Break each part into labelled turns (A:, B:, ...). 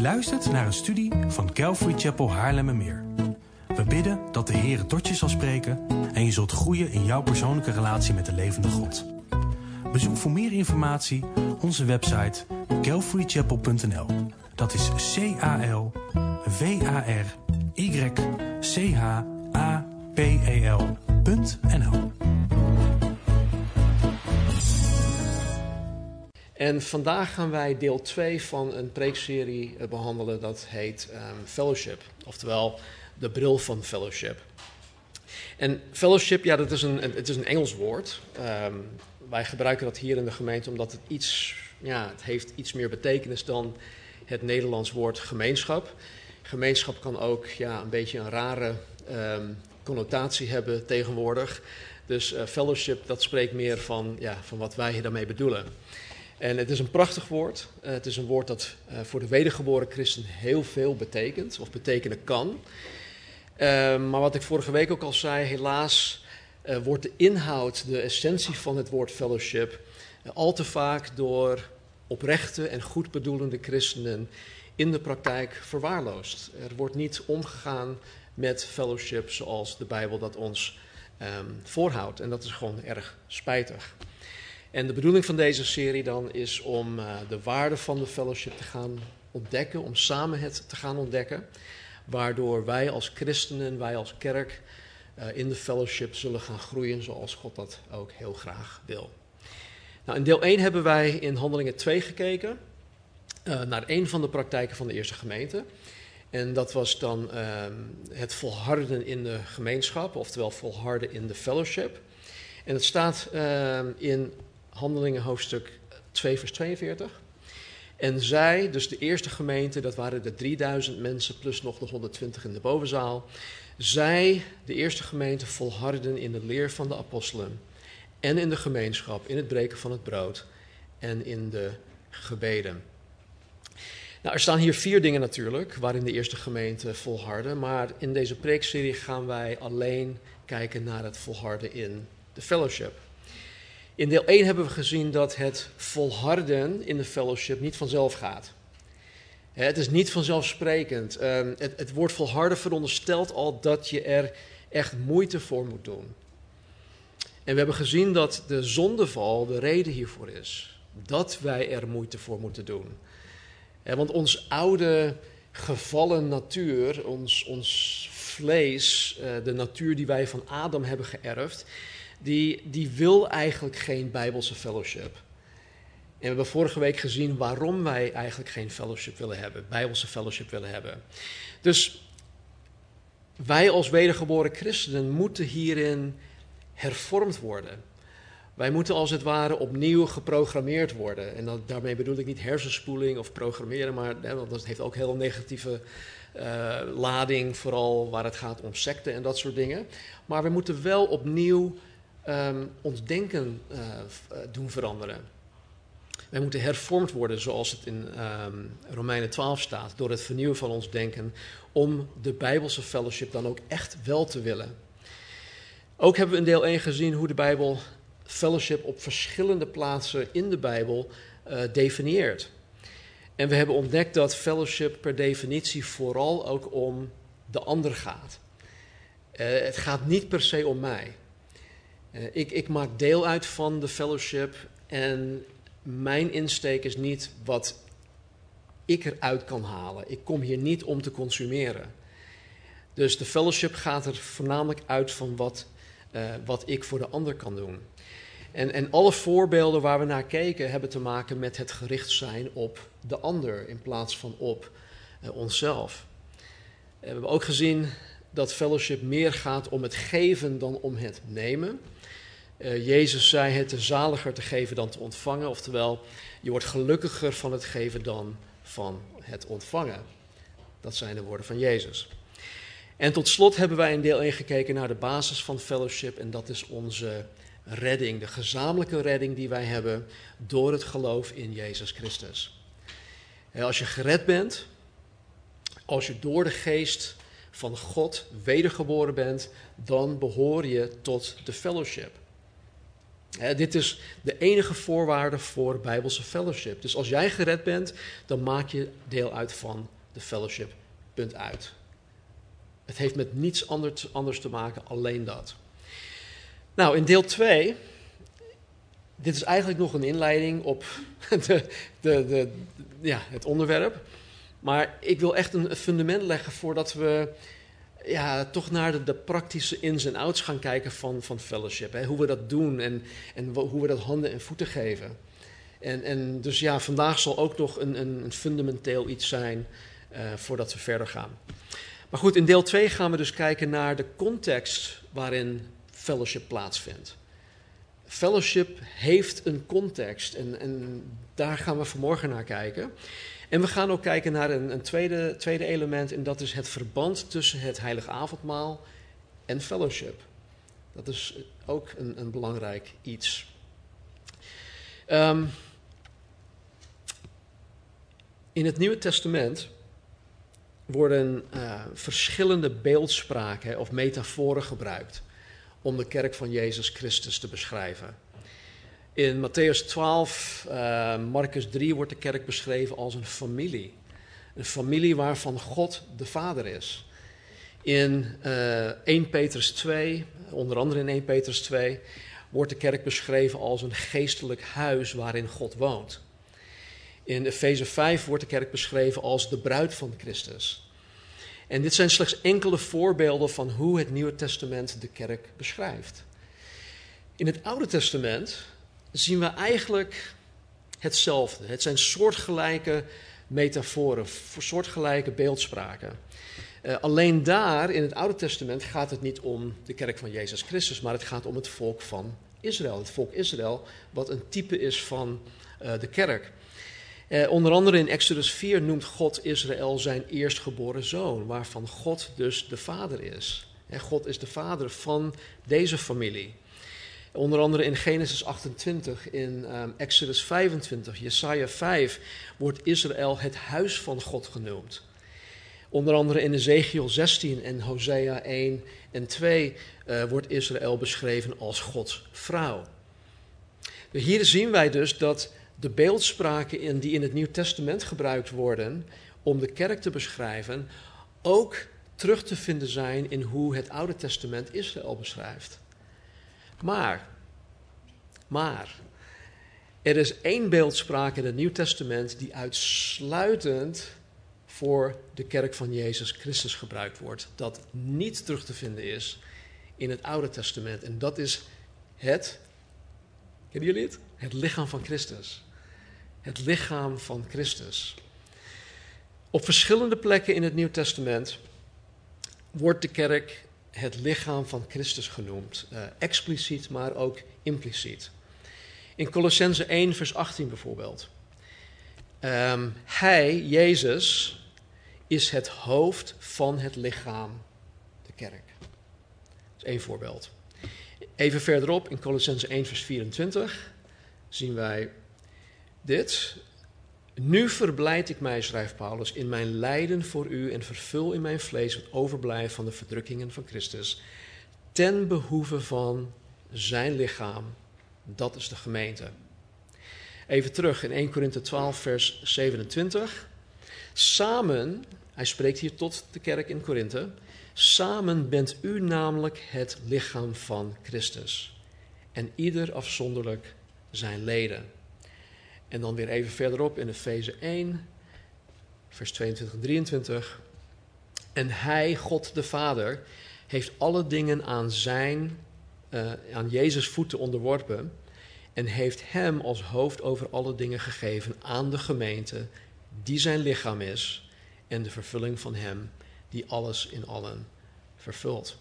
A: luistert naar een studie van Calvary Chapel Haarlemmermeer. We bidden dat de Heer tot je zal spreken en je zult groeien in jouw persoonlijke relatie met de levende God. Bezoek voor meer informatie onze website calvarychapel.nl. Dat is CALVARYCHAPEL.nl.
B: En vandaag gaan wij deel 2 van een preekserie behandelen dat heet Fellowship. Oftewel, de bril van Fellowship. En Fellowship, ja, het is een Engels woord. Wij gebruiken dat hier in de gemeente omdat het heeft iets meer betekenis dan het Nederlands woord gemeenschap. Gemeenschap kan ook een beetje een rare connotatie hebben tegenwoordig. Dus fellowship, dat spreekt meer van wat wij daarmee bedoelen. En het is een prachtig woord. Het is een woord dat voor de wedergeboren christen heel veel betekent, of betekenen kan. Maar wat ik vorige week ook al zei, helaas wordt de inhoud, de essentie van het woord fellowship, al te vaak door oprechte en goed bedoelende christenen in de praktijk verwaarloosd. Er wordt niet omgegaan met fellowship zoals de Bijbel dat ons voorhoudt. En dat is gewoon erg spijtig. En de bedoeling van deze serie dan is om de waarde van de fellowship te gaan ontdekken, om samen het te gaan ontdekken, waardoor wij als christenen, wij als kerk in de fellowship zullen gaan groeien zoals God dat ook heel graag wil. Nou, in deel 1 hebben wij in Handelingen 2 gekeken naar een van de praktijken van de eerste gemeente. En dat was dan het volharden in de gemeenschap, oftewel volharden in de fellowship. En het staat in Handelingen hoofdstuk 2 vers 42. En zij, dus de eerste gemeente, dat waren de 3000 mensen plus nog de 120 in de bovenzaal. Zij, de eerste gemeente, volharden in de leer van de apostelen en in de gemeenschap, in het breken van het brood en in de gebeden. Nou, er staan hier 4 dingen natuurlijk waarin de eerste gemeente volharden, maar in deze preekserie gaan wij alleen kijken naar het volharden in de fellowship. In deel 1 hebben we gezien dat het volharden in de fellowship niet vanzelf gaat. Het is niet vanzelfsprekend. Het woord volharden veronderstelt al dat je er echt moeite voor moet doen. En we hebben gezien dat de zondeval de reden hiervoor is. Dat wij er moeite voor moeten doen. Want ons oude gevallen natuur, ons vlees, de natuur die wij van Adam hebben geërfd, die wil eigenlijk geen Bijbelse fellowship. En we hebben vorige week gezien waarom wij eigenlijk geen fellowship willen hebben, Bijbelse fellowship willen hebben. Dus wij als wedergeboren christenen moeten hierin hervormd worden. Wij moeten als het ware opnieuw geprogrammeerd worden. En daarmee bedoel ik niet hersenspoeling of programmeren, maar dat heeft ook heel negatieve lading, vooral waar het gaat om secten en dat soort dingen. Maar we moeten wel opnieuw ons denken doen veranderen. Wij moeten hervormd worden, zoals het in Romeinen 12 staat, door het vernieuwen van ons denken, om de Bijbelse fellowship dan ook echt wel te willen. Ook hebben we in deel 1 gezien hoe de Bijbel fellowship op verschillende plaatsen in de Bijbel definieert. En we hebben ontdekt dat fellowship per definitie vooral ook om de ander gaat. Het gaat niet per se om mij. Ik maak deel uit van de fellowship en mijn insteek is niet wat ik eruit kan halen. Ik kom hier niet om te consumeren. Dus de fellowship gaat er voornamelijk uit van wat ik voor de ander kan doen. En alle voorbeelden waar we naar keken hebben te maken met het gericht zijn op de ander in plaats van op onszelf. We hebben ook gezien dat fellowship meer gaat om het geven dan om het nemen. Jezus zei het is zaliger te geven dan te ontvangen. Oftewel, je wordt gelukkiger van het geven dan van het ontvangen. Dat zijn de woorden van Jezus. En tot slot hebben wij in deel 1 gekeken naar de basis van fellowship. En dat is onze redding, de gezamenlijke redding die wij hebben door het geloof in Jezus Christus. Als je gered bent, als je door de geest van God wedergeboren bent, dan behoor je tot de fellowship. Dit is de enige voorwaarde voor Bijbelse fellowship. Dus als jij gered bent, dan maak je deel uit van de fellowship. Punt uit. Het heeft met niets anders te maken, alleen dat. Nou, in deel 2, dit is eigenlijk nog een inleiding op het onderwerp. Maar ik wil echt een fundament leggen voordat we toch naar de praktische ins en outs gaan kijken van fellowship. Hoe we dat doen en hoe we dat handen en voeten geven. Dus vandaag zal ook nog een fundamenteel iets zijn voordat we verder gaan. Maar goed, in deel 2 gaan we dus kijken naar de context waarin fellowship plaatsvindt. Fellowship heeft een context en daar gaan we vanmorgen naar kijken. En we gaan ook kijken naar een tweede element en dat is het verband tussen het heilige avondmaal en fellowship. Dat is ook een belangrijk iets. In het Nieuwe Testament worden verschillende beeldspraken of metaforen gebruikt om de kerk van Jezus Christus te beschrijven. In Mattheüs 12, Marcus 3 wordt de kerk beschreven als een familie. Een familie waarvan God de Vader is. In 1 Petrus 2, onder andere in 1 Petrus 2, wordt de kerk beschreven als een geestelijk huis waarin God woont. In Efeze 5 wordt de kerk beschreven als de bruid van Christus. En dit zijn slechts enkele voorbeelden van hoe het Nieuwe Testament de kerk beschrijft. In het Oude Testament zien we eigenlijk hetzelfde. Het zijn soortgelijke metaforen, soortgelijke beeldspraken. Alleen daar, in het Oude Testament, gaat het niet om de kerk van Jezus Christus, maar het gaat om het volk van Israël. Het volk Israël, wat een type is van de kerk. Onder andere in Exodus 4 noemt God Israël zijn eerstgeboren zoon, waarvan God dus de vader is. God is de vader van deze familie. Onder andere in Genesis 28, in Exodus 25, Jesaja 5 wordt Israël het huis van God genoemd. Onder andere in Ezekiel 16 en Hosea 1 en 2 wordt Israël beschreven als Gods vrouw. Hier zien wij dus dat de beeldspraken die in het Nieuw Testament gebruikt worden om de kerk te beschrijven, ook terug te vinden zijn in hoe het Oude Testament Israël beschrijft. Maar, er is één beeldspraak in het Nieuw Testament die uitsluitend voor de kerk van Jezus Christus gebruikt wordt, dat niet terug te vinden is in het Oude Testament. En dat is kennen jullie het? Het lichaam van Christus. Het lichaam van Christus. Op verschillende plekken in het Nieuw Testament wordt de kerk het lichaam van Christus genoemd. Expliciet, maar ook impliciet. In Colossenzen 1, vers 18 bijvoorbeeld. Hij, Jezus, is het hoofd van het lichaam, de kerk. Dat is één voorbeeld. Even verderop, in Colossenzen 1, vers 24, zien wij dit. Nu verblijd ik mij, schrijft Paulus, in mijn lijden voor u en vervul in mijn vlees wat overblijft van de verdrukkingen van Christus, ten behoeve van zijn lichaam, dat is de gemeente. Even terug in 1 Korinthe 12, vers 27. Samen, hij spreekt hier tot de kerk in Korinthe, samen bent u namelijk het lichaam van Christus. En ieder afzonderlijk zijn leden. En dan weer even verderop in Efeze 1, vers 22 en 23. En hij, God de Vader, heeft alle dingen aan Jezus voeten onderworpen en heeft hem als hoofd over alle dingen gegeven aan de gemeente, die zijn lichaam is, en de vervulling van hem, die alles in allen vervult.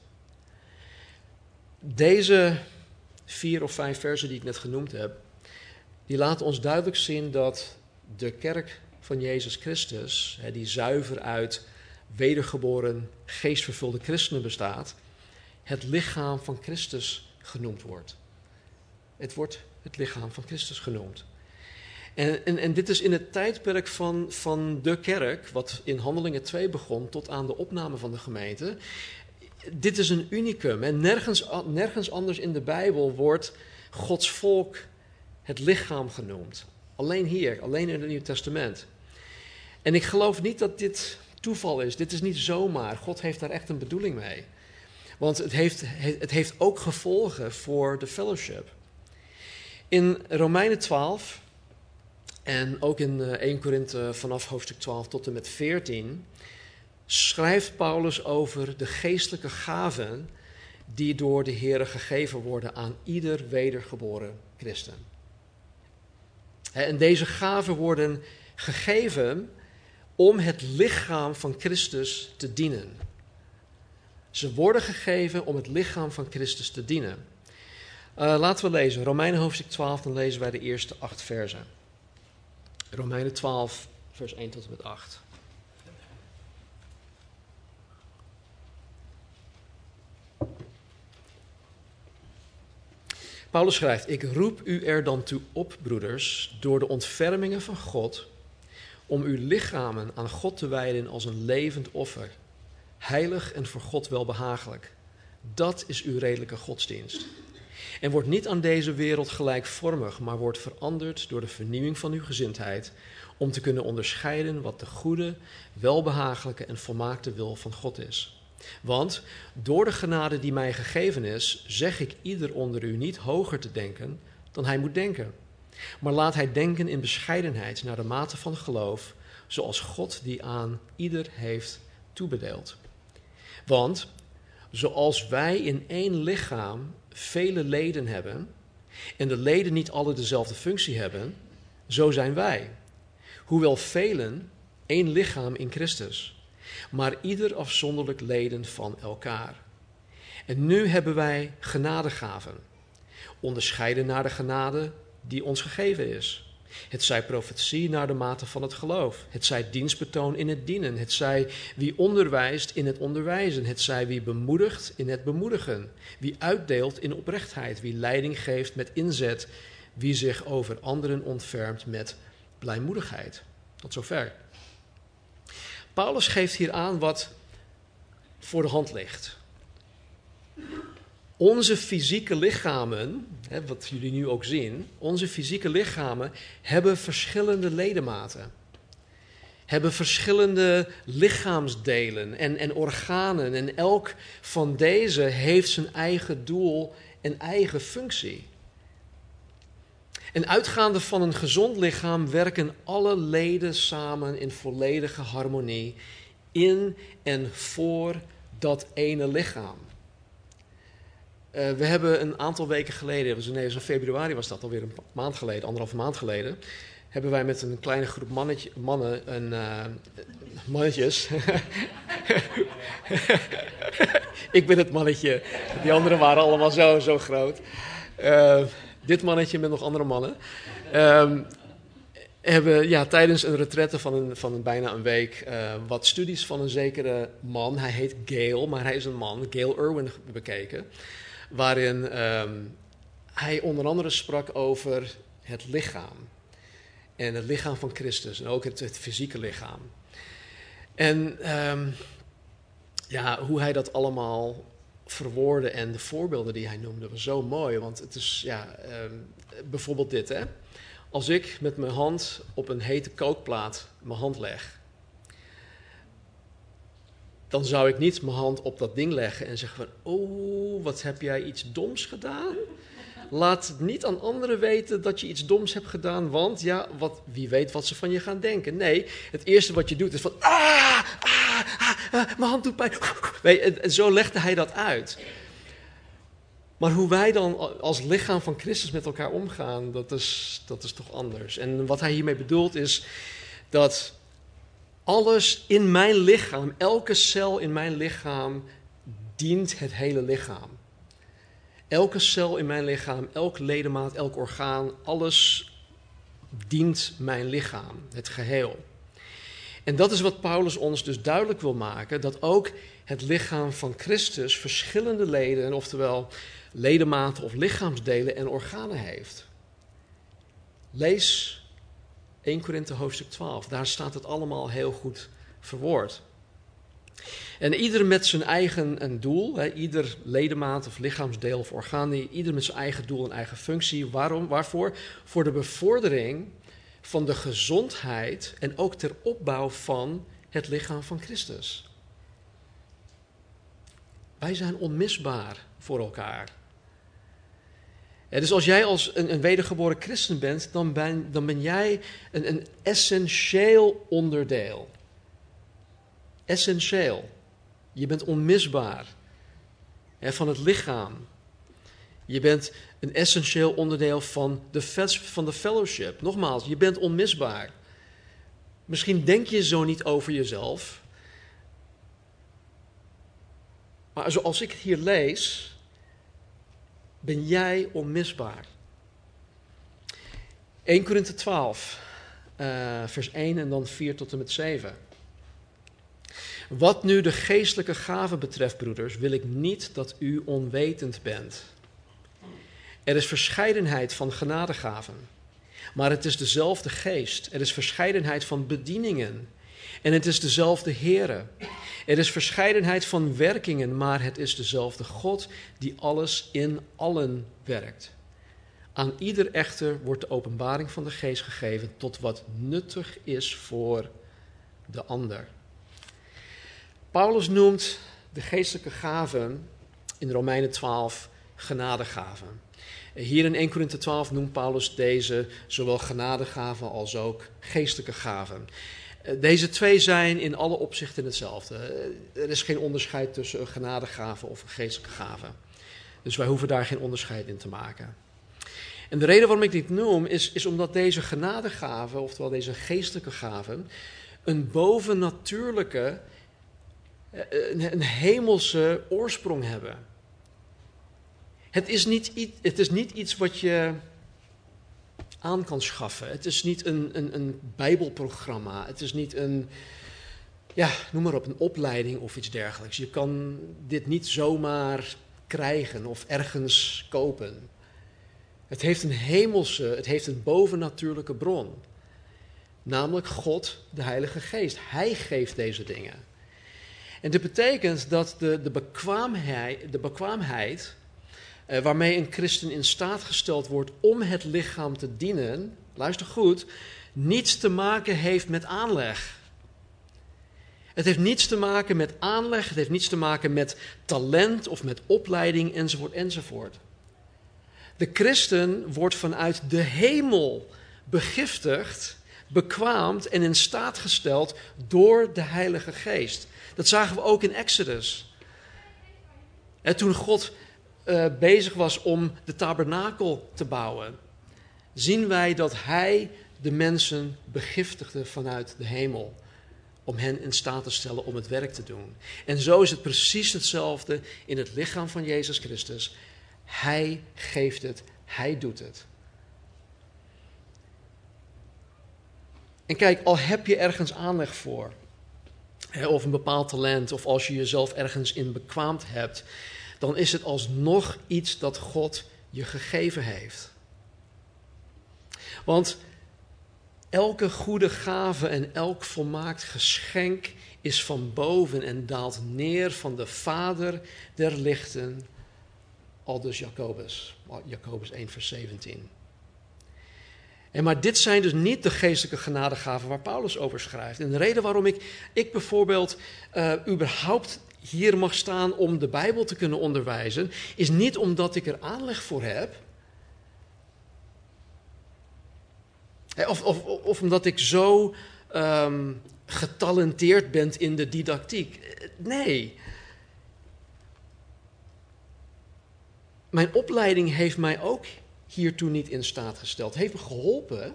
B: Deze 4 of 5 versen die ik net genoemd heb, die laten ons duidelijk zien dat de kerk van Jezus Christus, die zuiver uit wedergeboren, geestvervulde christenen bestaat, het lichaam van Christus genoemd wordt. Het wordt het lichaam van Christus genoemd. En dit is in het tijdperk van de kerk, wat in Handelingen 2 begon, tot aan de opname van de gemeente. Dit is een unicum. En nergens anders in de Bijbel wordt Gods volk het lichaam genoemd. Alleen hier, alleen in het Nieuw Testament. En ik geloof niet dat dit toeval is. Dit is niet zomaar. God heeft daar echt een bedoeling mee. Want het heeft ook gevolgen voor de fellowship. In Romeinen 12 en ook in 1 Korinthe vanaf hoofdstuk 12 tot en met 14... schrijft Paulus over de geestelijke gaven die door de Here gegeven worden aan ieder wedergeboren christen. En deze gaven worden gegeven om het lichaam van Christus te dienen. Ze worden gegeven om het lichaam van Christus te dienen. Laten we lezen, Romeinen hoofdstuk 12, dan lezen wij de eerste 8 versen. Romeinen 12, vers 1 tot en met 8. Paulus schrijft, ik roep u er dan toe op, broeders, door de ontfermingen van God, om uw lichamen aan God te wijden als een levend offer, heilig en voor God welbehagelijk. Dat is uw redelijke godsdienst. En word niet aan deze wereld gelijkvormig, maar wordt veranderd door de vernieuwing van uw gezindheid, om te kunnen onderscheiden wat de goede, welbehagelijke en volmaakte wil van God is. Want door de genade die mij gegeven is, zeg ik ieder onder u niet hoger te denken dan hij moet denken. Maar laat hij denken in bescheidenheid naar de mate van geloof, zoals God die aan ieder heeft toebedeeld. Want zoals wij in één lichaam vele leden hebben en de leden niet alle dezelfde functie hebben, zo zijn wij. Hoewel velen één lichaam in Christus, maar ieder afzonderlijk leden van elkaar. En nu hebben wij genadegaven, onderscheiden naar de genade die ons gegeven is. Het zij profetie naar de mate van het geloof. Het zij dienstbetoon in het dienen. Het zij wie onderwijst in het onderwijzen. Het zij wie bemoedigt in het bemoedigen. Wie uitdeelt in oprechtheid. Wie leiding geeft met inzet. Wie zich over anderen ontfermt met blijmoedigheid. Tot zover. Paulus geeft hier aan wat voor de hand ligt. Onze fysieke lichamen, wat jullie nu ook zien, onze fysieke lichamen hebben verschillende ledematen. Hebben verschillende lichaamsdelen en organen. En elk van deze heeft zijn eigen doel en eigen functie. En uitgaande van een gezond lichaam werken alle leden samen in volledige harmonie in en voor dat ene lichaam. We hebben een aantal weken geleden, in februari was dat alweer een maand geleden, 1,5 maand geleden, hebben wij met een kleine groep mannetjes. Ik ben het mannetje, die anderen waren allemaal zo groot. Dit mannetje met nog andere mannen. Hebben tijdens een retraite van bijna een week wat studies van een zekere man. Hij heet Gail, maar hij is een man, Gail Irwin, bekeken. Waarin hij onder andere sprak over het lichaam. En het lichaam van Christus en ook het fysieke lichaam. En hoe hij dat allemaal verwoordde en de voorbeelden die hij noemde was zo mooi. Want het is bijvoorbeeld dit, hè. Als ik met mijn hand op een hete kookplaat mijn hand leg, dan zou ik niet mijn hand op dat ding leggen en zeggen van, oh, wat heb jij iets doms gedaan? Laat niet aan anderen weten dat je iets doms hebt gedaan, want wie weet wat ze van je gaan denken. Nee, het eerste wat je doet is van, mijn hand doet pijn. Nee, zo legde hij dat uit. Maar hoe wij dan als lichaam van Christus met elkaar omgaan, dat is toch anders. En wat hij hiermee bedoelt is dat alles in mijn lichaam, elke cel in mijn lichaam, dient het hele lichaam. Elke cel in mijn lichaam, elk ledemaat, elk orgaan, alles dient mijn lichaam, het geheel. En dat is wat Paulus ons dus duidelijk wil maken, dat ook het lichaam van Christus verschillende leden, oftewel ledematen of lichaamsdelen en organen heeft. Lees 1 Korinthe hoofdstuk 12, daar staat het allemaal heel goed verwoord. En ieder met zijn eigen een doel, hè, ieder ledemaat of lichaamsdeel of orgaan, ieder met zijn eigen doel en eigen functie. Waarom? Waarvoor? Voor de bevordering van de gezondheid en ook ter opbouw van het lichaam van Christus. Wij zijn onmisbaar voor elkaar. Ja, dus als jij als een wedergeboren christen bent, dan ben jij een essentieel onderdeel. Essentieel. Je bent onmisbaar van het lichaam. Je bent een essentieel onderdeel van de fellowship. Nogmaals, je bent onmisbaar. Misschien denk je zo niet over jezelf. Maar zoals ik het hier lees, ben jij onmisbaar. 1 Korinthe 12, vers 1 en dan 4 tot en met 7. Wat nu de geestelijke gaven betreft, broeders, wil ik niet dat u onwetend bent. Er is verscheidenheid van genadegaven, maar het is dezelfde geest. Er is verscheidenheid van bedieningen en het is dezelfde Heere. Er is verscheidenheid van werkingen, maar het is dezelfde God die alles in allen werkt. Aan ieder echter wordt de openbaring van de geest gegeven tot wat nuttig is voor de ander. Paulus noemt de geestelijke gaven in Romeinen 12 genadegaven. Hier in 1 Korinthe 12 noemt Paulus deze zowel genadegaven als ook geestelijke gaven. Deze twee zijn in alle opzichten hetzelfde. Er is geen onderscheid tussen een genadegave of een geestelijke gave. Dus wij hoeven daar geen onderscheid in te maken. En de reden waarom ik dit noem is omdat deze genadegaven, oftewel deze geestelijke gaven, een bovennatuurlijke, een hemelse oorsprong hebben. Het is niet iets wat je aan kan schaffen. Het is niet een bijbelprogramma. Het is niet noem maar op, een opleiding of iets dergelijks. Je kan dit niet zomaar krijgen of ergens kopen. Het heeft een bovennatuurlijke bron. Namelijk God, de Heilige Geest. Hij geeft deze dingen. En dit betekent dat de bekwaamheid waarmee een christen in staat gesteld wordt om het lichaam te dienen, luister goed, niets te maken heeft met aanleg. Het heeft niets te maken met aanleg, het heeft niets te maken met talent of met opleiding enzovoort enzovoort. De christen wordt vanuit de hemel begiftigd, bekwaamd en in staat gesteld door de Heilige Geest. Dat zagen we ook in Exodus. En toen God bezig was om de tabernakel te bouwen, zien wij dat hij de mensen begiftigde vanuit de hemel. Om hen in staat te stellen om het werk te doen. En zo is het precies hetzelfde in het lichaam van Jezus Christus. Hij geeft het, hij doet het. En kijk, al heb je ergens aanleg voor, of een bepaald talent, of als je jezelf ergens in bekwaamd hebt, dan is het alsnog iets dat God je gegeven heeft. Want elke goede gave en elk volmaakt geschenk is van boven en daalt neer van de Vader der lichten, aldus Jacobus 1 vers 17. Maar dit zijn dus niet de geestelijke genadegaven waar Paulus over schrijft. En de reden waarom ik bijvoorbeeld überhaupt hier mag staan om de Bijbel te kunnen onderwijzen, is niet omdat ik er aanleg voor heb, of omdat ik zo getalenteerd ben in de didactiek. Nee. Mijn opleiding heeft mij ook hiertoe niet in staat gesteld. Heeft me geholpen.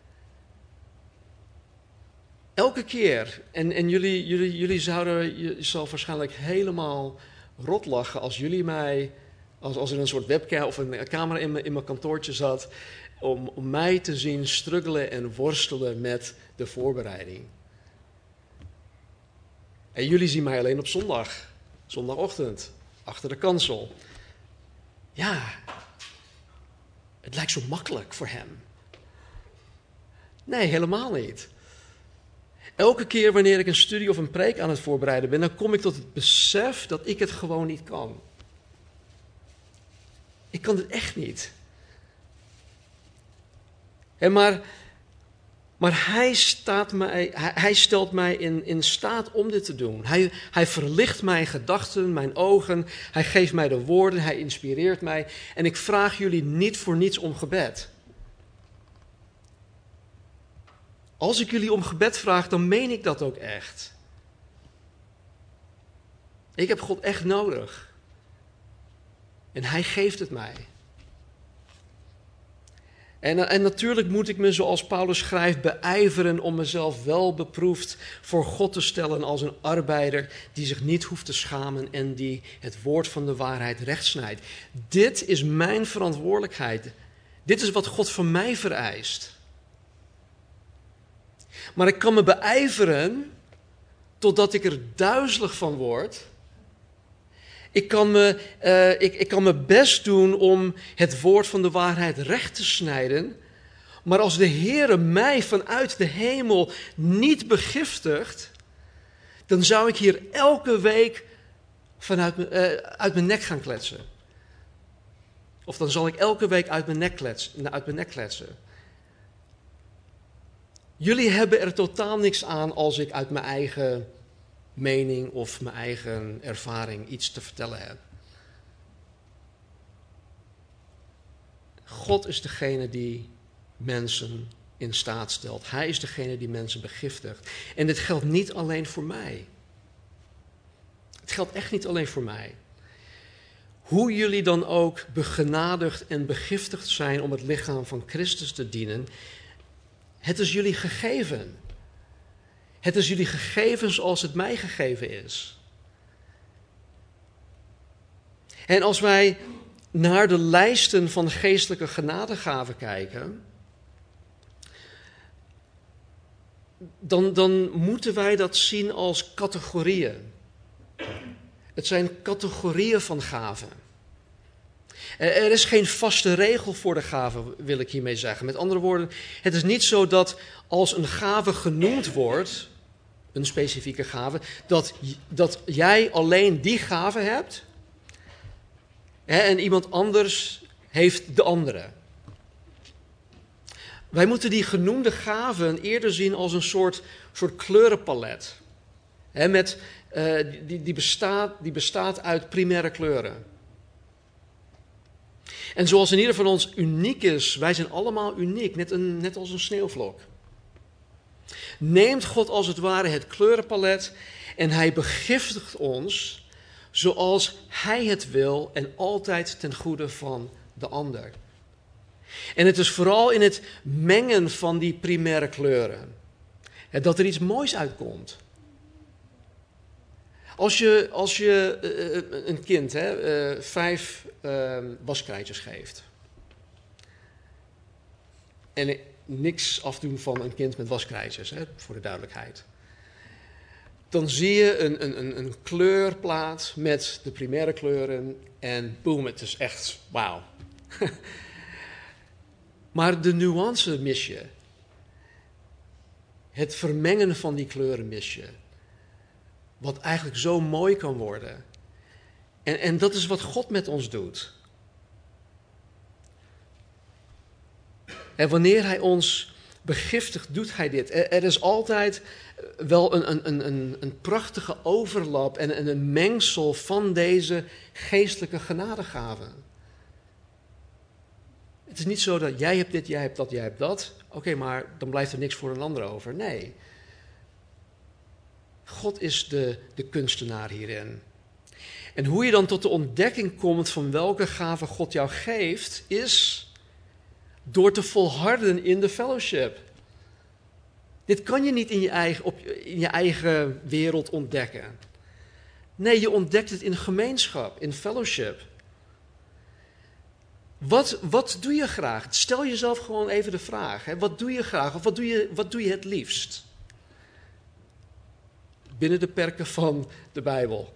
B: Elke keer. En jullie je zal waarschijnlijk helemaal rot lachen als jullie mij, als er een soort webcam of een camera in mijn kantoortje zat, om mij te zien struggelen en worstelen met de voorbereiding. En jullie zien mij alleen op zondagochtend, achter de kansel. Ja, het lijkt zo makkelijk voor hem. Nee, helemaal niet. Elke keer wanneer ik een studie of een preek aan het voorbereiden ben, dan kom ik tot het besef dat ik het gewoon niet kan. Ik kan het echt niet. Maar hij stelt mij in staat om dit te doen. Hij verlicht mijn gedachten, mijn ogen. Hij geeft mij de woorden, hij inspireert mij. En ik vraag jullie niet voor niets om gebed. Als ik jullie om gebed vraag, dan meen ik dat ook echt. Ik heb God echt nodig. En hij geeft het mij. En natuurlijk moet ik me, zoals Paulus schrijft, beijveren om mezelf wel beproefd voor God te stellen als een arbeider die zich niet hoeft te schamen en die het woord van de waarheid rechtsnijdt. Dit is mijn verantwoordelijkheid. Dit is wat God van mij vereist. Maar ik kan me beijveren totdat ik er duizelig van word. Ik kan mijn best doen om het woord van de waarheid recht te snijden. Maar als de Heere mij vanuit de hemel niet begiftigt, dan zou ik hier elke week uit mijn nek gaan kletsen. Of dan zal ik elke week uit mijn nek kletsen. Jullie hebben er totaal niks aan als ik uit mijn eigen mening of mijn eigen ervaring iets te vertellen heb. God is degene die mensen in staat stelt. Hij is degene die mensen begiftigt. En dit geldt niet alleen voor mij. Het geldt echt niet alleen voor mij. Hoe jullie dan ook begenadigd en begiftigd zijn om het lichaam van Christus te dienen, het is jullie gegeven. Het is jullie gegeven zoals het mij gegeven is. En als wij naar de lijsten van geestelijke genadegaven kijken, dan moeten wij dat zien als categorieën. Het zijn categorieën van gaven. Er is geen vaste regel voor de gaven, wil ik hiermee zeggen. Met andere woorden, het is niet zo dat als een gave genoemd wordt, een specifieke gave, dat jij alleen die gave hebt en iemand anders heeft de andere. Wij moeten die genoemde gaven eerder zien als een soort kleurenpalet. Die bestaat uit primaire kleuren. En zoals in ieder van ons uniek is, wij zijn allemaal uniek, net als een sneeuwvlok. Neemt God als het ware het kleurenpalet en hij begiftigt ons zoals hij het wil en altijd ten goede van de ander. En het is vooral in het mengen van die primaire kleuren dat er iets moois uitkomt. Als je een kind 5 waskrijtjes geeft. En niks afdoen van een kind met waskrijtjes, voor de duidelijkheid. Dan zie je een kleurplaat met de primaire kleuren en boom, het is echt wauw. Maar de nuance mis je. Het vermengen van die kleuren mis je. Wat eigenlijk zo mooi kan worden. En dat is wat God met ons doet. En wanneer hij ons begiftigt, doet hij dit. Er is altijd wel een prachtige overlap en een mengsel van deze geestelijke genadegaven. Het is niet zo dat jij hebt dit, jij hebt dat, jij hebt dat. Oké, maar dan blijft er niks voor een ander over. Nee. God is de kunstenaar hierin. En hoe je dan tot de ontdekking komt van welke gave God jou geeft, is door te volharden in de fellowship. Dit kan je niet in je eigen wereld ontdekken. Nee, je ontdekt het in gemeenschap, in fellowship. Wat doe je graag? Stel jezelf gewoon even de vraag. Wat doe je graag of wat doe je het liefst? Binnen de perken van de Bijbel.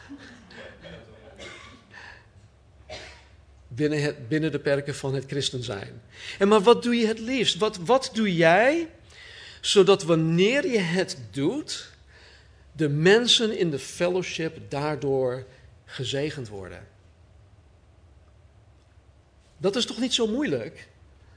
B: Binnen de perken van het christen zijn. Maar wat doe je het liefst? Wat doe jij zodat wanneer je het doet, de mensen in de fellowship daardoor gezegend worden. Dat is toch niet zo moeilijk?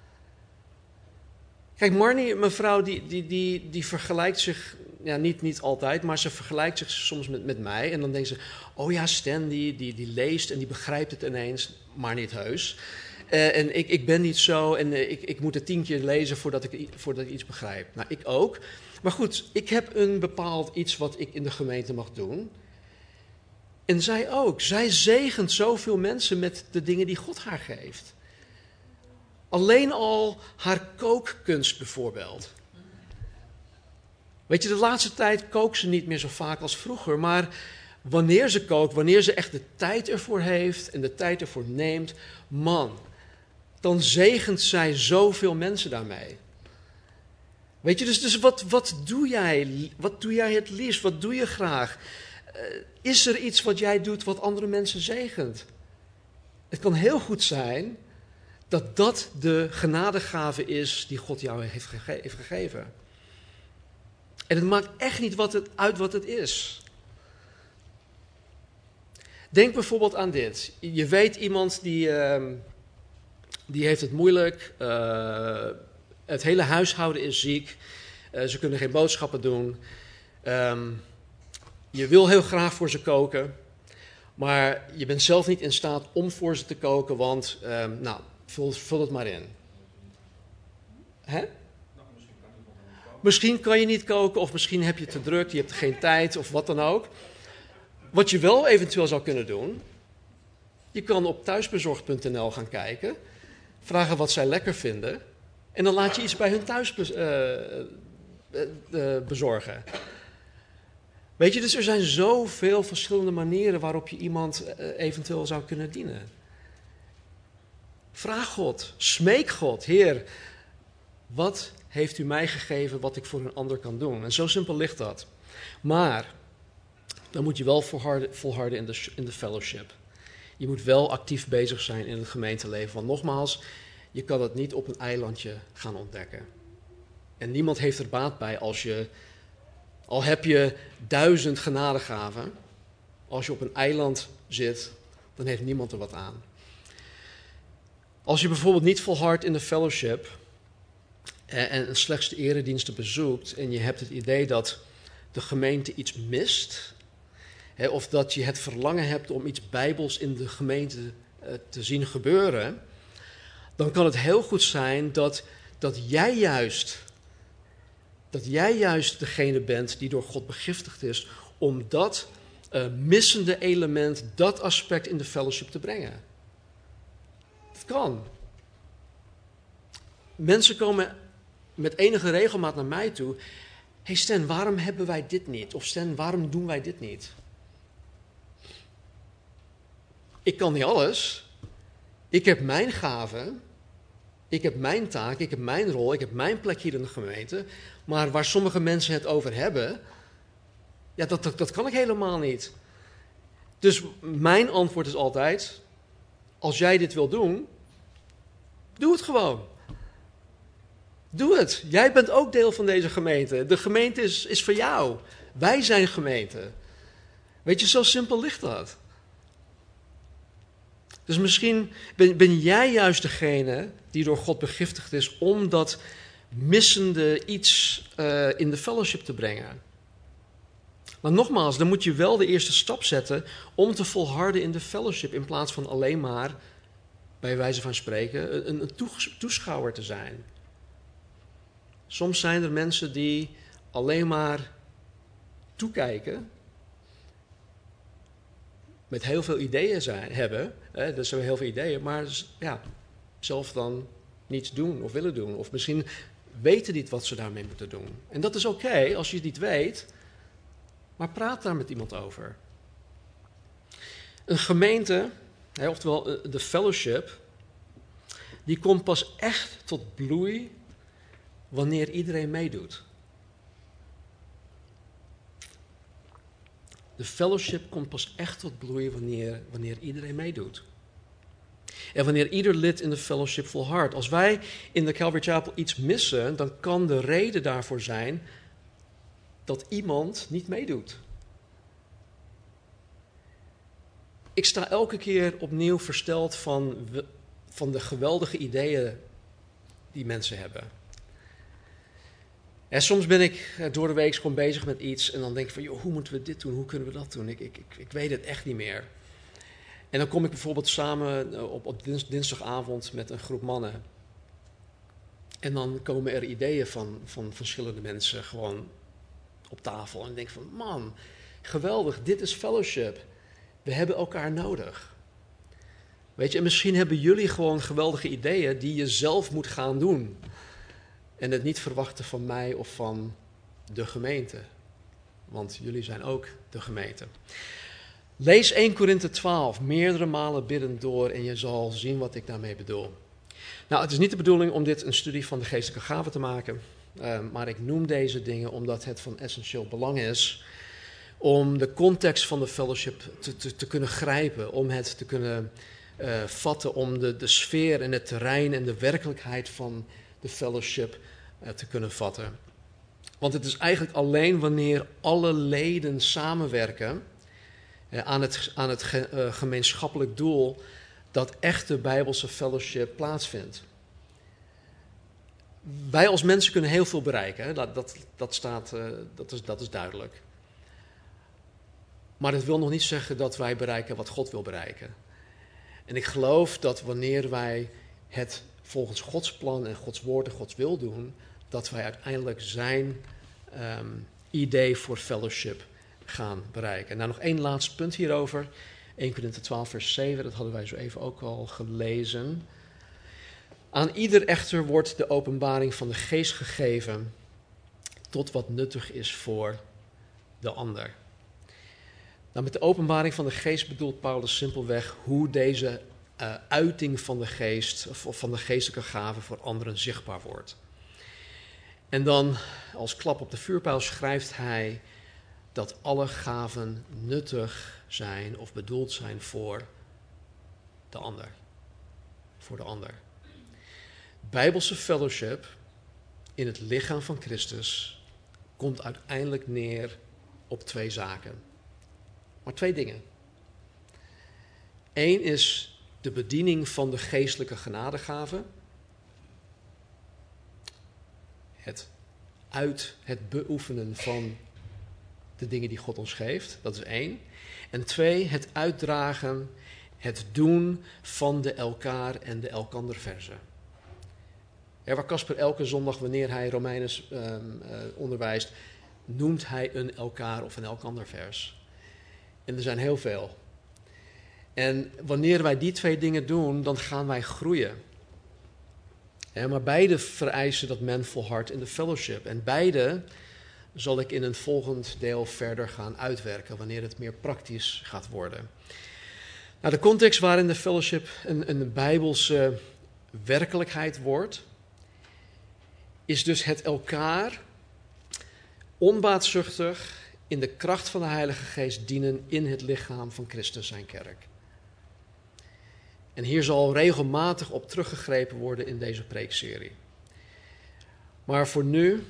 B: Kijk, Marnie, mevrouw, die vergelijkt zich, ja, niet altijd, maar ze vergelijkt zich soms met mij. En dan denkt ze, oh ja, Stan, die leest en die begrijpt het ineens, maar niet heus. En ik ben niet zo en ik moet het 10 keer lezen voordat ik iets begrijp. Nou, ik ook. Maar goed, ik heb een bepaald iets wat ik in de gemeente mag doen. En zij ook. Zij zegent zoveel mensen met de dingen die God haar geeft. Alleen al haar kookkunst bijvoorbeeld. Weet je, de laatste tijd kookt ze niet meer zo vaak als vroeger. Maar wanneer ze kookt, wanneer ze echt de tijd ervoor heeft en de tijd ervoor neemt, man, dan zegent zij zoveel mensen daarmee. Weet je, dus wat doe jij? Wat doe jij het liefst? Wat doe je graag? Is er iets wat jij doet wat andere mensen zegent? Het kan heel goed zijn dat dat de genadegave is die God jou heeft gegeven. En het maakt echt niet uit wat het is. Denk bijvoorbeeld aan dit. Je weet iemand die heeft het moeilijk. Het hele huishouden is ziek. Ze kunnen geen boodschappen doen. Je wil heel graag voor ze koken. Maar je bent zelf niet in staat om voor ze te koken. Want, vul het maar in. Hè? Misschien kan je niet koken. Of misschien heb je het te druk. Je hebt geen tijd. Of wat dan ook. Wat je wel eventueel zou kunnen doen. Je kan op thuisbezorgd.nl gaan kijken. Vragen wat zij lekker vinden. En dan laat je iets bij hun thuis bezorgen. Weet je, dus er zijn zoveel verschillende manieren waarop je iemand eventueel zou kunnen dienen. Vraag God, smeek God, Heer, wat heeft u mij gegeven wat ik voor een ander kan doen? En zo simpel ligt dat. Maar dan moet je wel volharden in de fellowship. Je moet wel actief bezig zijn in het gemeenteleven. Want nogmaals, je kan het niet op een eilandje gaan ontdekken. En niemand heeft er baat bij al heb je 1000 genadegaven. Als je op een eiland zit, dan heeft niemand er wat aan. Als je bijvoorbeeld niet volhardt in de fellowship en slechts de erediensten bezoekt en je hebt het idee dat de gemeente iets mist, of dat je het verlangen hebt om iets bijbels in de gemeente te zien gebeuren, dan kan het heel goed zijn dat jij juist degene bent die door God begiftigd is om dat missende element, dat aspect in de fellowship te brengen. Het kan. Mensen komen met enige regelmaat naar mij toe. Hey Stan, waarom hebben wij dit niet? Of Stan, waarom doen wij dit niet? Ik kan niet alles. Ik heb mijn gaven. Ik heb mijn taak. Ik heb mijn rol. Ik heb mijn plek hier in de gemeente. Maar waar sommige mensen het over hebben, ja, dat kan ik helemaal niet. Dus mijn antwoord is altijd, als jij dit wil doen, doe het gewoon. Doe het. Jij bent ook deel van deze gemeente. De gemeente is voor jou. Wij zijn gemeente. Weet je, zo simpel ligt dat. Dus misschien ben jij juist degene die door God begiftigd is om dat missende iets in de fellowship te brengen. Maar nogmaals, dan moet je wel de eerste stap zetten om te volharden in de fellowship in plaats van alleen maar, bij wijze van spreken, een toeschouwer te zijn. Soms zijn er mensen die alleen maar toekijken, met heel veel ideeën hebben, dus hebben heel veel ideeën, maar ja, zelf dan niets doen of willen doen. Of misschien weten niet wat ze daarmee moeten doen. En dat is oké als je het niet weet, maar praat daar met iemand over. Een gemeente, oftewel de fellowship, die komt pas echt tot bloei wanneer iedereen meedoet. De fellowship komt pas echt tot bloei wanneer iedereen meedoet. En wanneer ieder lid in de fellowship volhardt. Als wij in de Calvary Chapel iets missen, dan kan de reden daarvoor zijn dat iemand niet meedoet. Ik sta elke keer opnieuw versteld van de geweldige ideeën die mensen hebben. En soms ben ik door de week gewoon bezig met iets en dan denk ik van, joh, hoe moeten we dit doen, hoe kunnen we dat doen? Ik weet het echt niet meer. En dan kom ik bijvoorbeeld samen op dinsdagavond met een groep mannen. En dan komen er ideeën van verschillende mensen gewoon op tafel. En ik denk van, man, geweldig, dit is fellowship. We hebben elkaar nodig. Weet je, en misschien hebben jullie gewoon geweldige ideeën die je zelf moet gaan doen. En het niet verwachten van mij of van de gemeente. Want jullie zijn ook de gemeente. Lees 1 Korinthe 12 meerdere malen biddend door en je zal zien wat ik daarmee bedoel. Nou, het is niet de bedoeling om dit een studie van de geestelijke gaven te maken. Maar ik noem deze dingen omdat het van essentieel belang is om de context van de fellowship te kunnen grijpen. Om het te kunnen vatten, om de sfeer en het terrein en de werkelijkheid van de fellowship te kunnen vatten. Want het is eigenlijk alleen wanneer alle leden samenwerken aan het gemeenschappelijk doel dat echte Bijbelse fellowship plaatsvindt. Wij als mensen kunnen heel veel bereiken, hè? Dat is duidelijk. Maar dat wil nog niet zeggen dat wij bereiken wat God wil bereiken. En ik geloof dat wanneer wij het volgens Gods plan en Gods woord en Gods wil doen, dat wij uiteindelijk zijn idee voor fellowship gaan bereiken. Nou, nog één laatste punt hierover. 1 Korinthe 12 vers 7, dat hadden wij zo even ook al gelezen. Aan ieder echter wordt de openbaring van de geest gegeven tot wat nuttig is voor de ander. Nou, met de openbaring van de geest bedoelt Paulus simpelweg hoe deze uiting van de geest of van de geestelijke gaven voor anderen zichtbaar wordt. En dan als klap op de vuurpijl schrijft hij dat alle gaven nuttig zijn of bedoeld zijn voor de ander. Voor de ander. Bijbelse fellowship in het lichaam van Christus komt uiteindelijk neer op twee zaken. Maar twee dingen. Eén is de bediening van de geestelijke genadegaven. Het beoefenen van de dingen die God ons geeft, dat is één. En twee, het uitdragen, het doen van de elkaar en de elkander versen. Waar Casper elke zondag, wanneer hij Romeinen onderwijst, noemt hij een elkaar of een elkander vers. En er zijn heel veel. En wanneer wij die twee dingen doen, dan gaan wij groeien. Maar beide vereisen dat men volhardt in de fellowship. En beide zal ik in een volgend deel verder gaan uitwerken, wanneer het meer praktisch gaat worden. Nou, de context waarin de fellowship een Bijbelse werkelijkheid wordt, is dus het elkaar onbaatzuchtig in de kracht van de Heilige Geest dienen in het lichaam van Christus, zijn kerk. En hier zal regelmatig op teruggegrepen worden in deze preekserie. Maar voor nu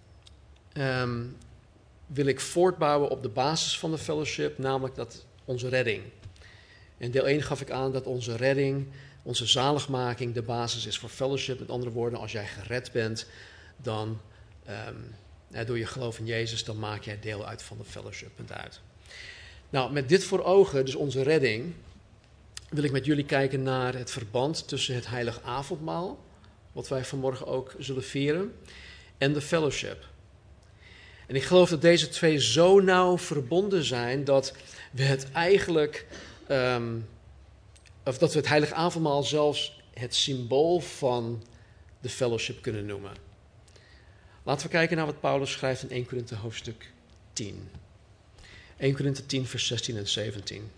B: wil ik voortbouwen op de basis van de fellowship, namelijk dat onze redding. In deel 1 gaf ik aan dat onze redding, onze zaligmaking de basis is voor fellowship. Met andere woorden, als jij gered bent, dan door je geloof in Jezus, dan maak jij deel uit van de fellowship. Punt uit. Nou, met dit voor ogen, dus onze redding, wil ik met jullie kijken naar het verband tussen het heilig avondmaal, wat wij vanmorgen ook zullen vieren, en de fellowship. En ik geloof dat deze twee zo nauw verbonden zijn dat we het eigenlijk, of dat we het heilig avondmaal zelfs het symbool van de fellowship kunnen noemen. Laten we kijken naar wat Paulus schrijft in 1 Korinthe hoofdstuk 10. 1 Korinthe 10 vers 16 en 17.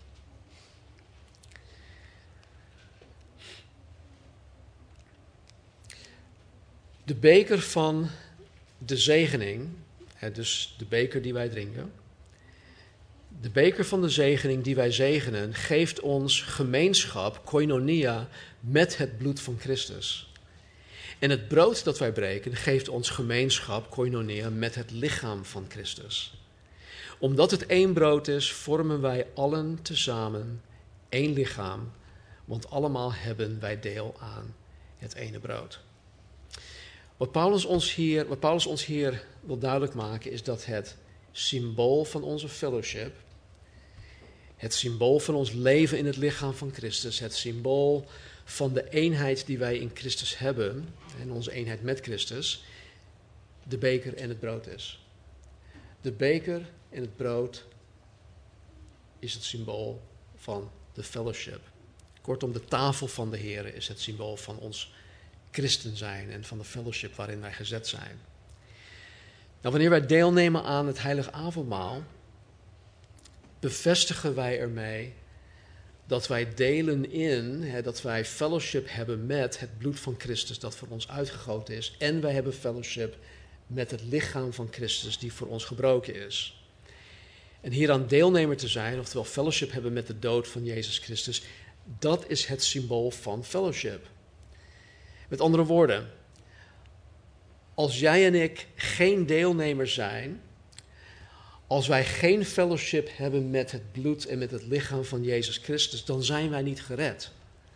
B: De beker van de zegening, dus de beker die wij drinken, de beker van de zegening die wij zegenen, geeft ons gemeenschap, koinonia, met het bloed van Christus. En het brood dat wij breken geeft ons gemeenschap, koinonia, met het lichaam van Christus. Omdat het één brood is, vormen wij allen tezamen één lichaam, want allemaal hebben wij deel aan het ene brood. Wat Paulus ons hier wil duidelijk maken is dat het symbool van onze fellowship, het symbool van ons leven in het lichaam van Christus, het symbool van de eenheid die wij in Christus hebben en onze eenheid met Christus, de beker en het brood is. De beker en het brood is het symbool van de fellowship. Kortom, de tafel van de Heer is het symbool van ons christen zijn en van de fellowship waarin wij gezet zijn. Nou, wanneer wij deelnemen aan het heilige avondmaal, bevestigen wij ermee dat wij delen in, dat wij fellowship hebben met het bloed van Christus dat voor ons uitgegoten is. En wij hebben fellowship met het lichaam van Christus die voor ons gebroken is. En hieraan deelnemer te zijn, oftewel fellowship hebben met de dood van Jezus Christus, dat is het symbool van fellowship. Met andere woorden, als jij en ik geen deelnemer zijn, als wij geen fellowship hebben met het bloed en met het lichaam van Jezus Christus, dan zijn wij niet gered.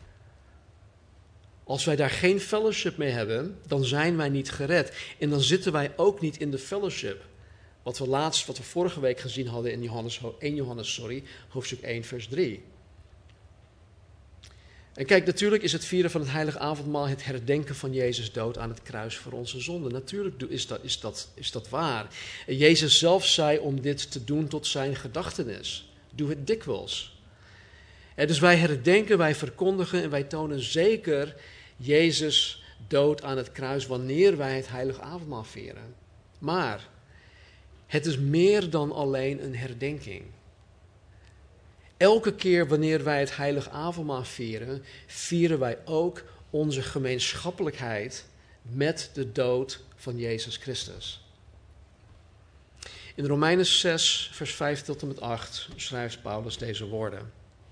B: Als wij daar geen fellowship mee hebben, dan zijn wij niet gered. En dan zitten wij ook niet in de fellowship. Wat we vorige week gezien hadden in 1 Johannes, hoofdstuk 1, vers 3. En kijk, natuurlijk is het vieren van het heilige avondmaal het herdenken van Jezus' dood aan het kruis voor onze zonden. Natuurlijk is dat waar. En Jezus zelf zei om dit te doen tot zijn gedachtenis. Doe het dikwijls. En dus wij herdenken, wij verkondigen en wij tonen zeker Jezus' dood aan het kruis wanneer wij het heilige avondmaal vieren. Maar het is meer dan alleen een herdenking. Elke keer wanneer wij het heilige avondmaal vieren, vieren wij ook onze gemeenschappelijkheid met de dood van Jezus Christus. In Romeinen 6, vers 5 tot en met 8 schrijft Paulus deze woorden.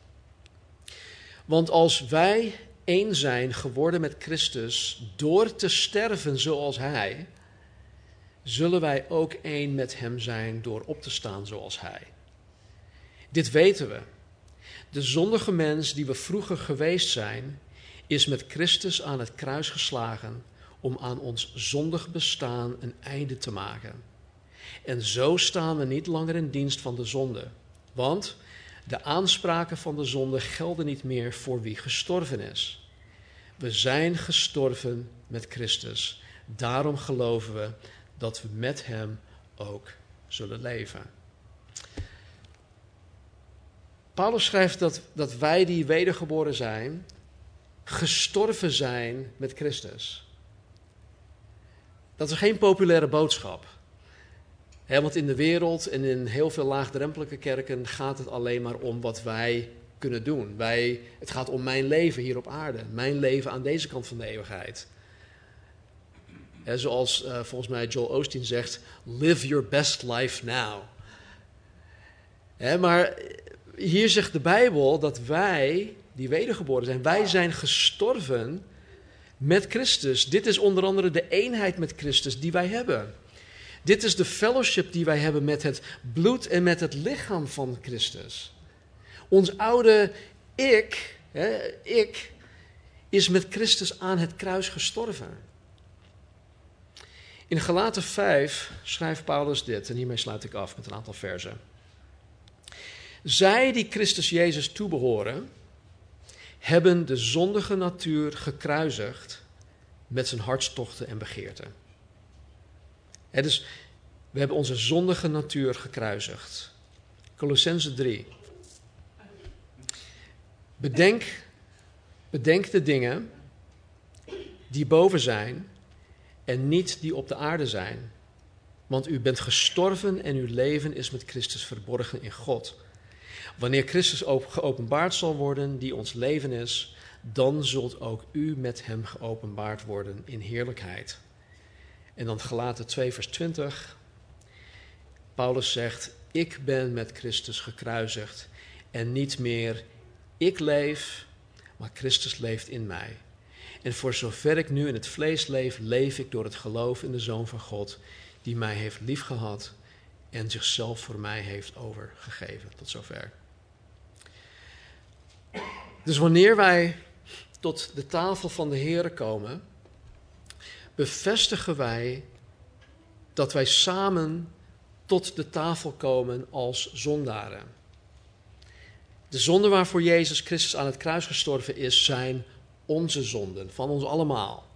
B: Want als wij één zijn geworden met Christus door te sterven zoals Hij, zullen wij ook één met Hem zijn door op te staan zoals Hij. Dit weten we. De zondige mens die we vroeger geweest zijn, is met Christus aan het kruis geslagen om aan ons zondig bestaan een einde te maken. En zo staan we niet langer in dienst van de zonde, want de aanspraken van de zonde gelden niet meer voor wie gestorven is. We zijn gestorven met Christus, daarom geloven we dat we met Hem ook zullen leven. Paulus schrijft dat wij die wedergeboren zijn, gestorven zijn met Christus. Dat is geen populaire boodschap. Want in de wereld en in heel veel laagdrempelige kerken gaat het alleen maar om wat wij kunnen doen. Het gaat om mijn leven hier op aarde, mijn leven aan deze kant van de eeuwigheid. Zoals volgens mij Joel Osteen zegt, live your best life now. Maar hier zegt de Bijbel dat wij, die wedergeboren zijn, wij zijn gestorven met Christus. Dit is onder andere de eenheid met Christus die wij hebben. Dit is de fellowship die wij hebben met het bloed en met het lichaam van Christus. Ons oude ik is met Christus aan het kruis gestorven. In Galaten 5 schrijft Paulus dit, en hiermee sluit ik af met een aantal verzen. Zij die Christus Jezus toebehoren, hebben de zondige natuur gekruisigd met zijn hartstochten en begeerten. Dus we hebben onze zondige natuur gekruisigd. Colossenzen 3. Bedenk de dingen die boven zijn en niet die op de aarde zijn. Want u bent gestorven en uw leven is met Christus verborgen in God. Wanneer Christus geopenbaard zal worden, die ons leven is, dan zult ook u met hem geopenbaard worden in heerlijkheid. En dan Galaten 2 vers 20. Paulus zegt, ik ben met Christus gekruisigd en niet meer ik leef, maar Christus leeft in mij. En voor zover ik nu in het vlees leef, leef ik door het geloof in de Zoon van God, die mij heeft liefgehad en zichzelf voor mij heeft overgegeven. Tot zover. Dus wanneer wij tot de tafel van de Heere komen, bevestigen wij dat wij samen tot de tafel komen als zondaren. De zonden waarvoor Jezus Christus aan het kruis gestorven is, zijn onze zonden, van ons allemaal.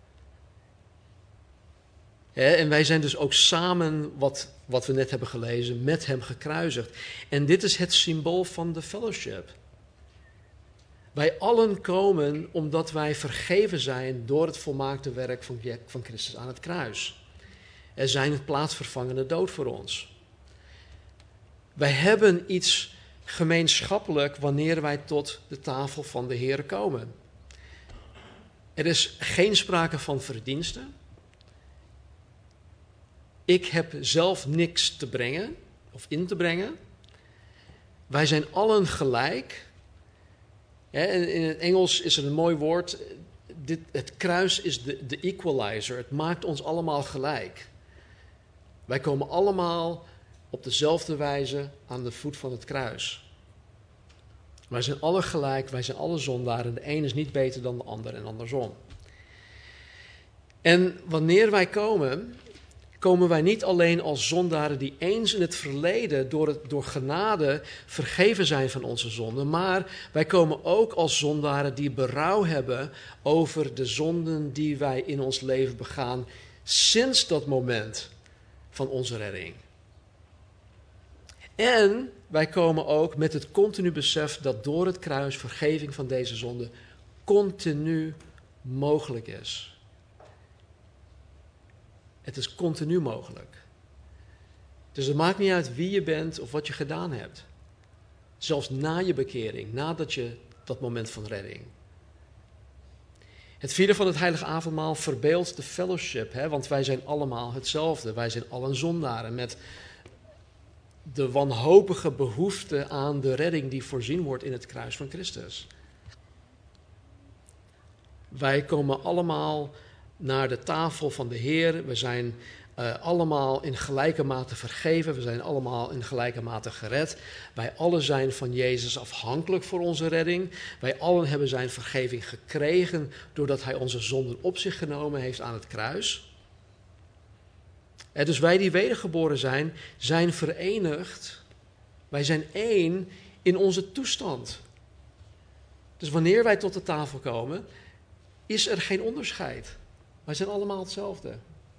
B: En wij zijn dus ook samen, wat we net hebben gelezen, met hem gekruisigd. En dit is het symbool van de fellowship. Wij allen komen omdat wij vergeven zijn door het volmaakte werk van Christus aan het kruis. Er zijn een plaatsvervangende dood voor ons. Wij hebben iets gemeenschappelijk wanneer wij tot de tafel van de Heer komen. Er is geen sprake van verdiensten. Ik heb zelf niks te brengen of in te brengen. Wij zijn allen gelijk. In het Engels is er een mooi woord. Het kruis is de equalizer. Het maakt ons allemaal gelijk. Wij komen allemaal op dezelfde wijze aan de voet van het kruis. Wij zijn allen gelijk, wij zijn alle zondaren. De een is niet beter dan de ander en andersom. En wanneer wij komen wij niet alleen als zondaren die eens in het verleden door genade vergeven zijn van onze zonden, maar wij komen ook als zondaren die berouw hebben over de zonden die wij in ons leven begaan sinds dat moment van onze redding. En wij komen ook met het continu besef dat door het kruis vergeving van deze zonde continu mogelijk is. Het is continu mogelijk. Dus het maakt niet uit wie je bent of wat je gedaan hebt. Zelfs na je bekering, nadat je dat moment van redding. Het vieren van het heilige avondmaal verbeeldt de fellowship, want wij zijn allemaal hetzelfde. Wij zijn allen zondaren met de wanhopige behoefte aan de redding die voorzien wordt in het kruis van Christus. Wij komen allemaal naar de tafel van de Heer. We zijn allemaal in gelijke mate vergeven. We zijn allemaal in gelijke mate gered. Wij allen zijn van Jezus afhankelijk voor onze redding. Wij allen hebben zijn vergeving gekregen doordat hij onze zonden op zich genomen heeft aan het kruis. Dus wij die wedergeboren zijn verenigd. Wij zijn één in onze toestand. Dus wanneer wij tot de tafel komen, is er geen onderscheid. Wij zijn allemaal hetzelfde.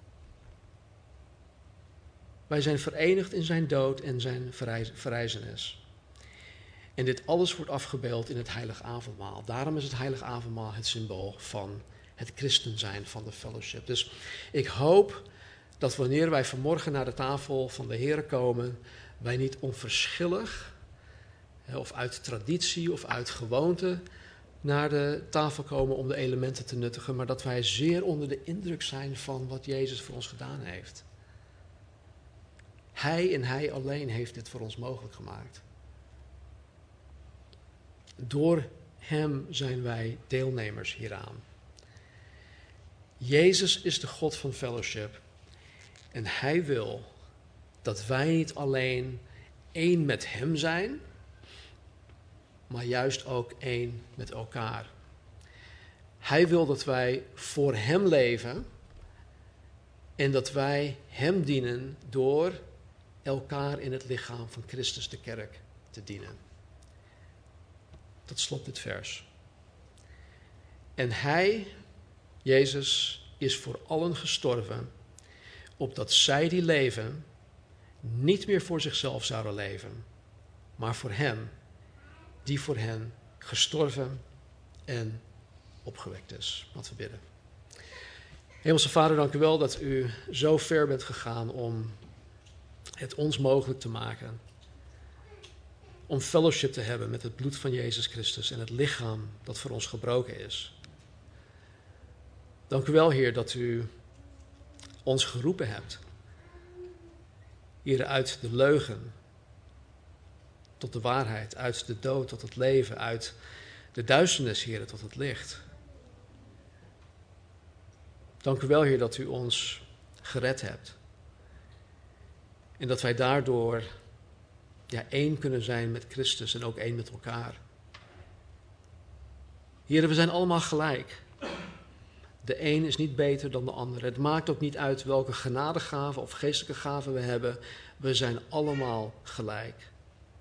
B: Wij zijn verenigd in zijn dood en zijn verrijzenis. En dit alles wordt afgebeeld in het heilige avondmaal. Daarom is het heilige avondmaal het symbool van het christen zijn, van de fellowship. Dus ik hoop dat wanneer wij vanmorgen naar de tafel van de Heer komen, wij niet onverschillig of uit traditie of uit gewoonte naar de tafel komen om de elementen te nuttigen, maar dat wij zeer onder de indruk zijn van wat Jezus voor ons gedaan heeft. Hij en hij alleen heeft dit voor ons mogelijk gemaakt. Door hem zijn wij deelnemers hieraan. Jezus is de God van fellowship en hij wil dat wij niet alleen één met hem zijn, maar juist ook één met elkaar. Hij wil dat wij voor hem leven en dat wij hem dienen door elkaar in het lichaam van Christus, de kerk, te dienen. Tot slot dit vers. En hij, Jezus, is voor allen gestorven, opdat zij die leven niet meer voor zichzelf zouden leven, maar voor hem, die voor hen gestorven en opgewekt is. Laten we bidden. Hemelse Vader, dank u wel dat u zo ver bent gegaan om het ons mogelijk te maken. Om fellowship te hebben met het bloed van Jezus Christus en het lichaam dat voor ons gebroken is. Dank u wel, Heer, dat u ons geroepen hebt. Hier uit de leugen tot de waarheid, uit de dood tot het leven, uit de duisternis, Heer, tot het licht. Dank u wel, Heer, dat u ons gered hebt. En dat wij daardoor één kunnen zijn met Christus en ook één met elkaar. Heer, we zijn allemaal gelijk. De een is niet beter dan de ander. Het maakt ook niet uit welke genadegaven of geestelijke gaven we hebben. We zijn allemaal gelijk.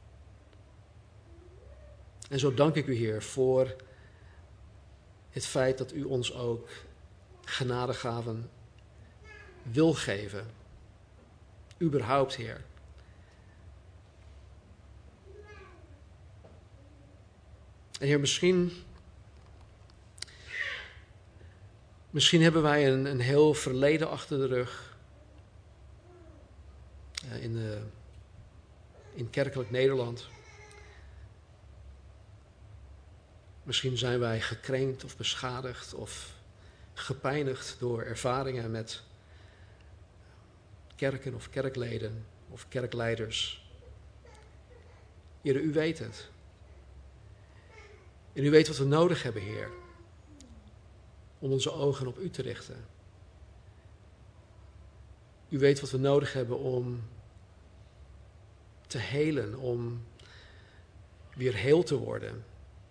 B: En zo dank ik u, Heer, voor het feit dat u ons ook genadegaven wil geven. Überhaupt, Heer. En Heer, misschien hebben wij een heel verleden achter de rug. In kerkelijk Nederland. Misschien zijn wij gekrenkt of beschadigd of gepijnigd door ervaringen met kerken of kerkleden of kerkleiders. Heer, u weet het. En u weet wat we nodig hebben, Heer, om onze ogen op u te richten. U weet wat we nodig hebben om te helen, om weer heel te worden.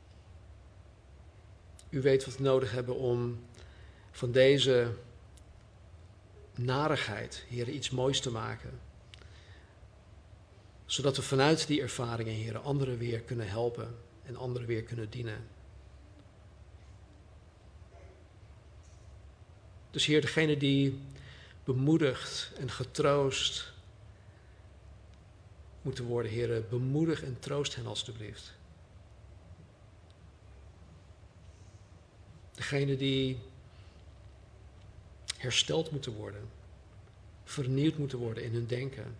B: U weet wat we nodig hebben om van deze narigheid, Heer, iets moois te maken. Zodat we vanuit die ervaringen, Heer, anderen weer kunnen helpen en anderen weer kunnen dienen. Dus Heer, degene die bemoedigd en getroost moeten worden, Heer, bemoedig en troost hen alstublieft. Degene die hersteld moeten worden, vernieuwd moeten worden in hun denken.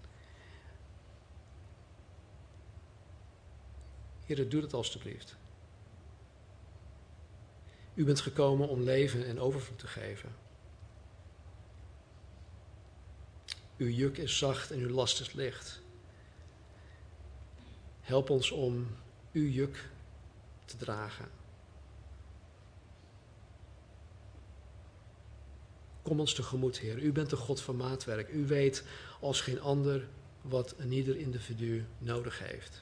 B: Heer, doe dat alstublieft. U bent gekomen om leven en overvloed te geven. Uw juk is zacht en uw last is licht. Help ons om uw juk te dragen. Kom ons tegemoet, Heer. U bent de God van maatwerk. U weet als geen ander wat een ieder individu nodig heeft.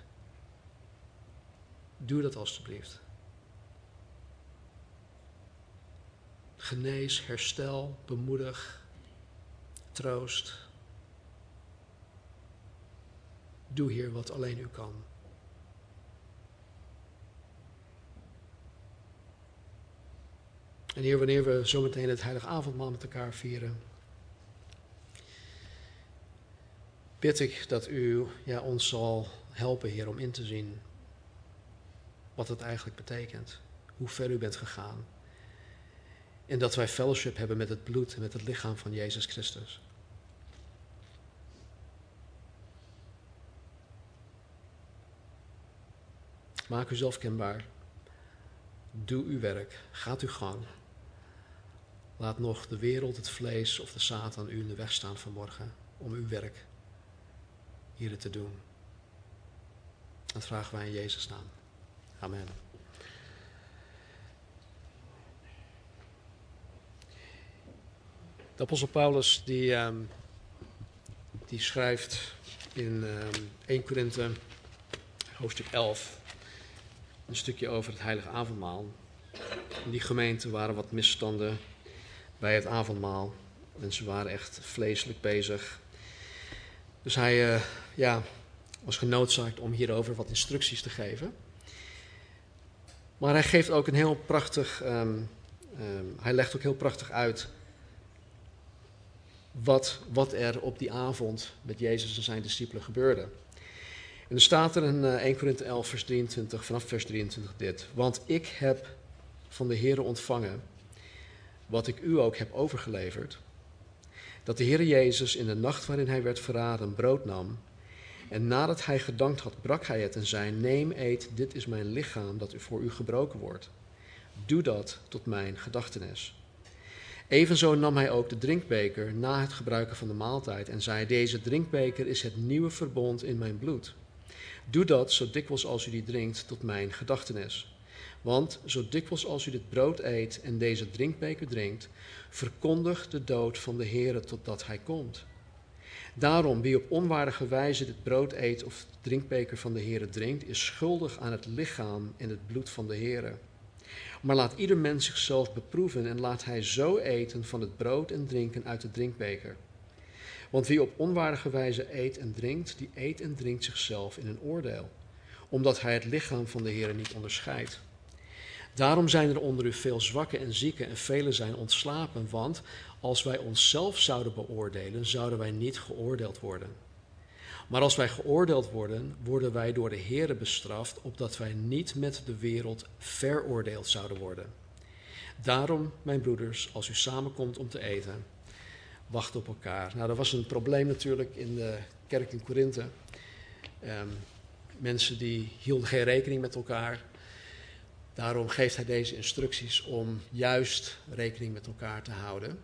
B: Doe dat alstublieft. Genees, herstel, bemoedig, troost. Doe, Heer, wat alleen u kan. En Heer, wanneer we zometeen het heilige avondmaal met elkaar vieren, bid ik dat u ons zal helpen, Heer, om in te zien wat het eigenlijk betekent. Hoe ver u bent gegaan. En dat wij fellowship hebben met het bloed en met het lichaam van Jezus Christus. Maak uzelf kenbaar. Doe uw werk. Gaat uw gang. Laat nog de wereld, het vlees of de Satan u in de weg staan vanmorgen om uw werk hier te doen. Dat vragen wij in Jezus' naam. Amen. De apostel Paulus die schrijft in 1 Korinthe hoofdstuk 11 een stukje over het heilige avondmaal. In die gemeente waren wat misstanden bij het avondmaal en ze waren echt vleeselijk bezig. Dus hij was genoodzaakt om hierover wat instructies te geven. Maar hij geeft ook een heel prachtig, hij legt ook heel prachtig uit wat er op die avond met Jezus en zijn discipelen gebeurde. En er staat er in 1 Korinthe 11 vers 23, vanaf vers 23 dit. Want ik heb van de Heere ontvangen wat ik u ook heb overgeleverd. Dat de Heere Jezus in de nacht waarin hij werd verraden brood nam. En nadat hij gedankt had, brak hij het en zei: Neem, eet, dit is mijn lichaam dat voor u gebroken wordt. Doe dat tot mijn gedachtenis. Evenzo nam hij ook de drinkbeker na het gebruiken van de maaltijd en zei: Deze drinkbeker is het nieuwe verbond in mijn bloed. Doe dat zo dikwijls als u die drinkt tot mijn gedachtenis. Want zo dikwijls als u dit brood eet en deze drinkbeker drinkt, verkondigt de dood van de Heere totdat hij komt. Daarom, wie op onwaardige wijze dit brood eet of de drinkbeker van de Heere drinkt, is schuldig aan het lichaam en het bloed van de Heere. Maar laat ieder mens zichzelf beproeven en laat hij zo eten van het brood en drinken uit de drinkbeker. Want wie op onwaardige wijze eet en drinkt, die eet en drinkt zichzelf in een oordeel, omdat hij het lichaam van de Heere niet onderscheidt. Daarom zijn er onder u veel zwakken en zieken en velen zijn ontslapen, want als wij onszelf zouden beoordelen, zouden wij niet geoordeeld worden. Maar als wij geoordeeld worden, worden wij door de Heere bestraft, opdat wij niet met de wereld veroordeeld zouden worden. Daarom, mijn broeders, als u samenkomt om te eten, wacht op elkaar. Nou, er was een probleem natuurlijk in de kerk in Korinthe. Mensen die hielden geen rekening met elkaar. Daarom geeft hij deze instructies om juist rekening met elkaar te houden.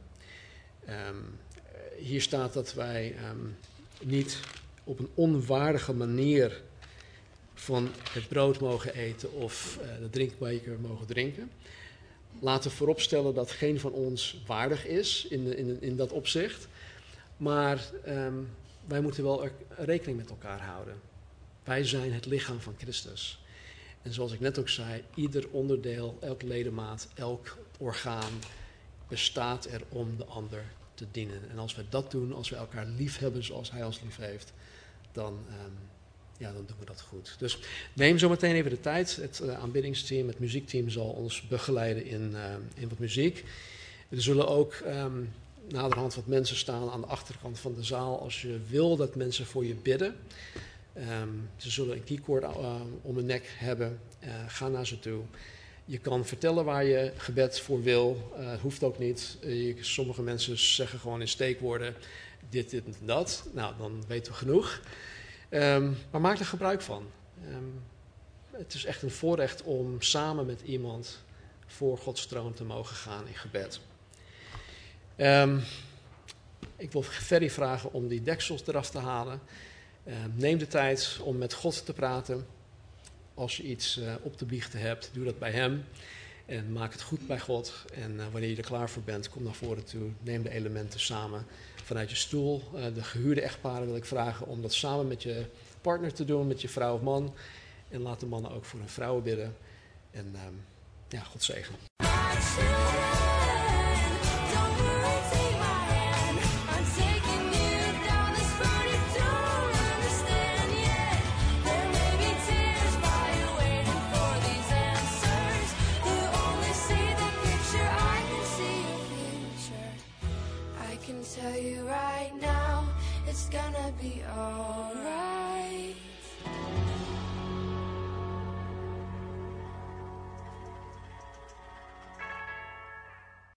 B: Hier staat dat wij niet op een onwaardige manier van het brood mogen eten of de drinkbeker mogen drinken. Laten we vooropstellen dat geen van ons waardig is in dat opzicht. Maar wij moeten wel rekening met elkaar houden. Wij zijn het lichaam van Christus. En zoals ik net ook zei, ieder onderdeel, elk ledemaat, elk orgaan bestaat er om de ander te dienen. En als we dat doen, als we elkaar lief hebben zoals hij ons lief heeft, dan doen we dat goed. Dus neem zo meteen even de tijd. Het aanbiddingsteam, het muziekteam zal ons begeleiden in wat muziek. Er zullen ook naderhand wat mensen staan aan de achterkant van de zaal als je wil dat mensen voor je bidden. Ze zullen een keycord om hun nek hebben. Ga naar ze toe. Je kan vertellen waar je gebed voor wil. Hoeft ook niet. Sommige mensen zeggen gewoon in steekwoorden dit en dat. Nou, dan weten we genoeg. Maar maak er gebruik van. Het is echt een voorrecht om samen met iemand voor Gods troon te mogen gaan in gebed. Ik wil Ferry vragen om die deksels eraf te halen. Neem de tijd om met God te praten. Als je iets op te biechten hebt, doe dat bij hem. En maak het goed bij God. En wanneer je er klaar voor bent, kom naar voren toe. Neem de elementen samen vanuit je stoel. De gehuurde echtparen wil ik vragen om dat samen met je partner te doen, met je vrouw of man. En laat de mannen ook voor hun vrouwen bidden. En God zegen.
C: Tell you right now, it's gonna be alright.